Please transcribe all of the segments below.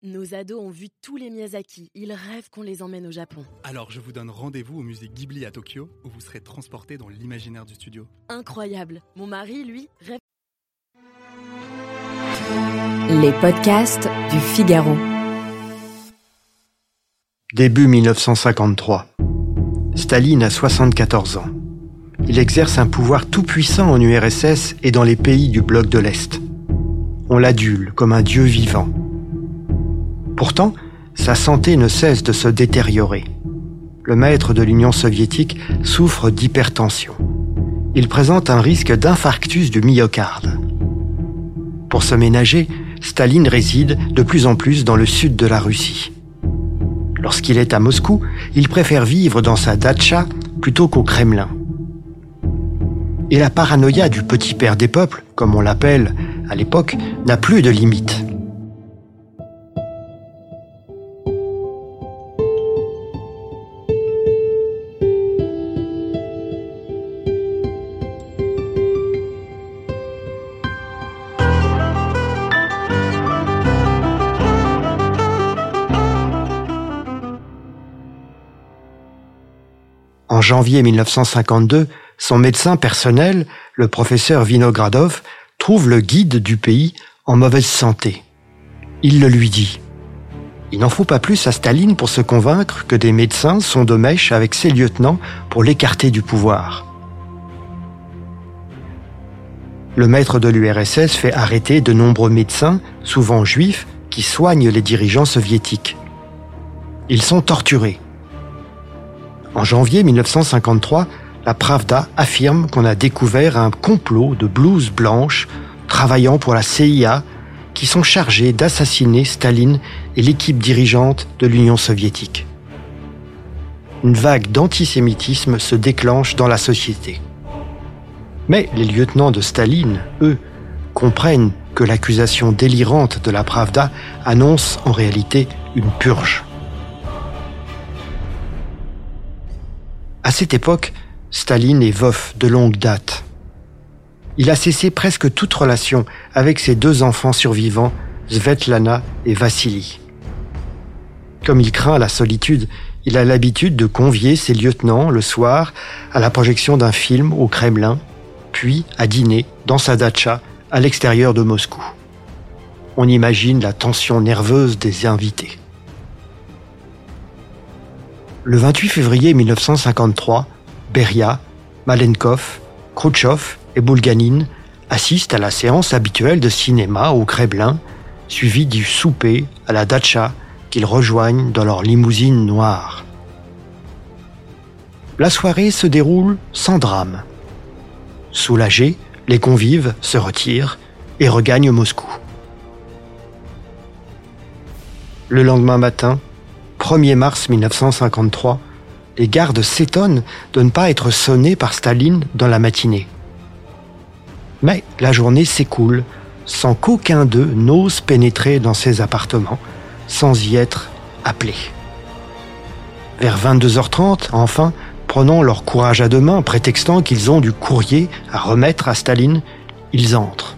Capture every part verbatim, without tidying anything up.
Nos ados ont vu tous les Miyazaki. Ils rêvent qu'on les emmène au Japon. Alors je vous donne rendez-vous au musée Ghibli à Tokyo, où vous serez transportés dans l'imaginaire du studio. Incroyable. Mon mari, lui, rêve... Les podcasts du Figaro. Début dix-neuf cent cinquante-trois. Staline a soixante-quatorze ans. Il exerce un pouvoir tout-puissant en U R S S et dans les pays du bloc de l'Est. On l'adule comme un dieu vivant. Pourtant, sa santé ne cesse de se détériorer. Le maître de l'Union soviétique souffre d'hypertension. Il présente un risque d'infarctus du myocarde. Pour se ménager, Staline réside de plus en plus dans le sud de la Russie. Lorsqu'il est à Moscou, il préfère vivre dans sa datcha plutôt qu'au Kremlin. Et la paranoïa du petit père des peuples, comme on l'appelle à l'époque, n'a plus de limite. En janvier dix-neuf cent cinquante-deux, son médecin personnel, le professeur Vinogradov, trouve le guide du pays en mauvaise santé. Il le lui dit. Il n'en faut pas plus à Staline pour se convaincre que des médecins sont de mèche avec ses lieutenants pour l'écarter du pouvoir. Le maître de l'U R S S fait arrêter de nombreux médecins, souvent juifs, qui soignent les dirigeants soviétiques. Ils sont torturés. En janvier dix-neuf cent cinquante-trois, la Pravda affirme qu'on a découvert un complot de blouses blanches travaillant pour la C I A qui sont chargés d'assassiner Staline et l'équipe dirigeante de l'Union soviétique. Une vague d'antisémitisme se déclenche dans la société. Mais les lieutenants de Staline, eux, comprennent que l'accusation délirante de la Pravda annonce en réalité une purge. À cette époque, Staline est veuf de longue date. Il a cessé presque toute relation avec ses deux enfants survivants, Svetlana et Vassili. Comme il craint la solitude, il a l'habitude de convier ses lieutenants le soir à la projection d'un film au Kremlin, puis à dîner dans sa datcha à l'extérieur de Moscou. On imagine la tension nerveuse des invités. Le vingt-huit février dix-neuf cent cinquante-trois, Beria, Malenkov, Khrouchtchev et Bulganin assistent à la séance habituelle de cinéma au Kremlin, suivie du souper à la datcha qu'ils rejoignent dans leur limousine noire. La soirée se déroule sans drame. Soulagés, les convives se retirent et regagnent Moscou. Le lendemain matin, premier mars dix-neuf cent cinquante-trois, les gardes s'étonnent de ne pas être sonnés par Staline dans la matinée. Mais la journée s'écoule sans qu'aucun d'eux n'ose pénétrer dans ses appartements sans y être appelé. Vers vingt-deux heures trente, enfin, prenant leur courage à deux mains, prétextant qu'ils ont du courrier à remettre à Staline, ils entrent.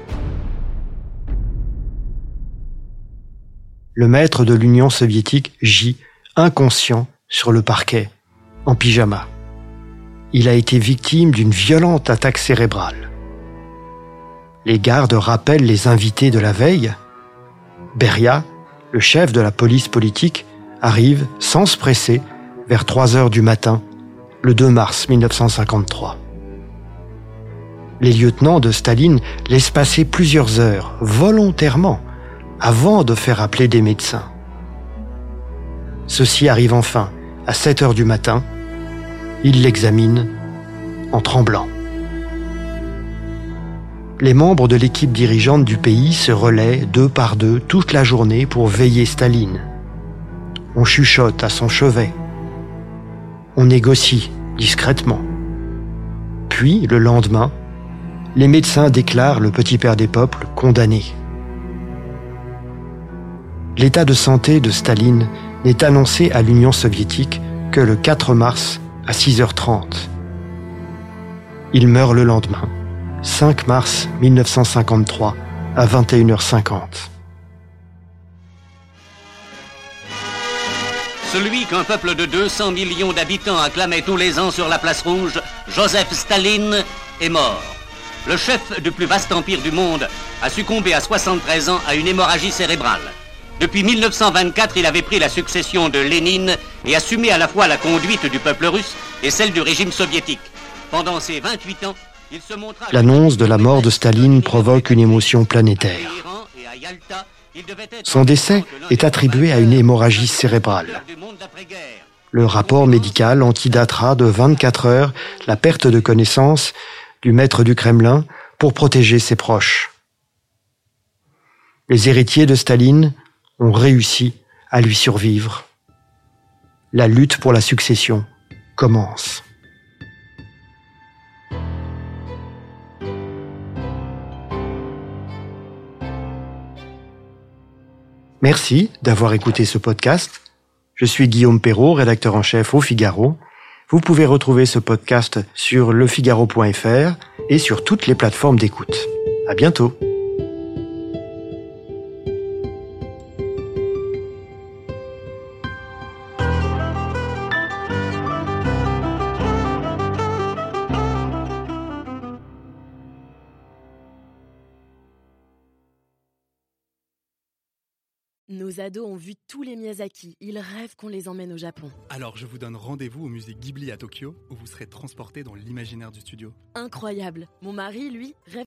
Le maître de l'Union soviétique gît, inconscient, sur le parquet, en pyjama. Il a été victime d'une violente attaque cérébrale. Les gardes rappellent les invités de la veille. Beria, le chef de la police politique, arrive, sans se presser, vers trois heures du matin, le deux mars dix-neuf cent cinquante-trois. Les lieutenants de Staline laissent passer plusieurs heures, volontairement, avant de faire appeler des médecins. Ceux-ci arrivent enfin, à sept heures du matin. Ils l'examinent en tremblant. Les membres de l'équipe dirigeante du pays se relaient deux par deux toute la journée pour veiller Staline. On chuchote à son chevet. On négocie discrètement. Puis, le lendemain, les médecins déclarent le petit père des peuples condamné. L'état de santé de Staline n'est annoncé à l'Union soviétique que le quatre mars à six heures trente. Il meurt le lendemain, cinq mars dix-neuf cent cinquante-trois, à vingt et une heures cinquante. Celui qu'un peuple de deux cents millions d'habitants acclamait tous les ans sur la place rouge, Joseph Staline, est mort. Le chef du plus vaste empire du monde a succombé à soixante-treize ans à une hémorragie cérébrale. Depuis mille neuf cent vingt-quatre, il avait pris la succession de Lénine et assumé à la fois la conduite du peuple russe et celle du régime soviétique. Pendant ces vingt-huit ans, il se montra... L'annonce de la mort de Staline provoque une émotion planétaire. Son décès est attribué à une hémorragie cérébrale. Le rapport médical antidatera de vingt-quatre heures la perte de connaissance du maître du Kremlin pour protéger ses proches. Les héritiers de Staline ont réussi à lui survivre. La lutte pour la succession commence. Merci d'avoir écouté ce podcast. Je suis Guillaume Perrault, rédacteur en chef au Figaro. Vous pouvez retrouver ce podcast sur le figaro point f r et sur toutes les plateformes d'écoute. À bientôt. Nos ados ont vu tous les Miyazaki. Ils rêvent qu'on les emmène au Japon. Alors je vous donne rendez-vous au musée Ghibli à Tokyo, où vous serez transportés dans l'imaginaire du studio. Incroyable. Mon mari, lui, rêve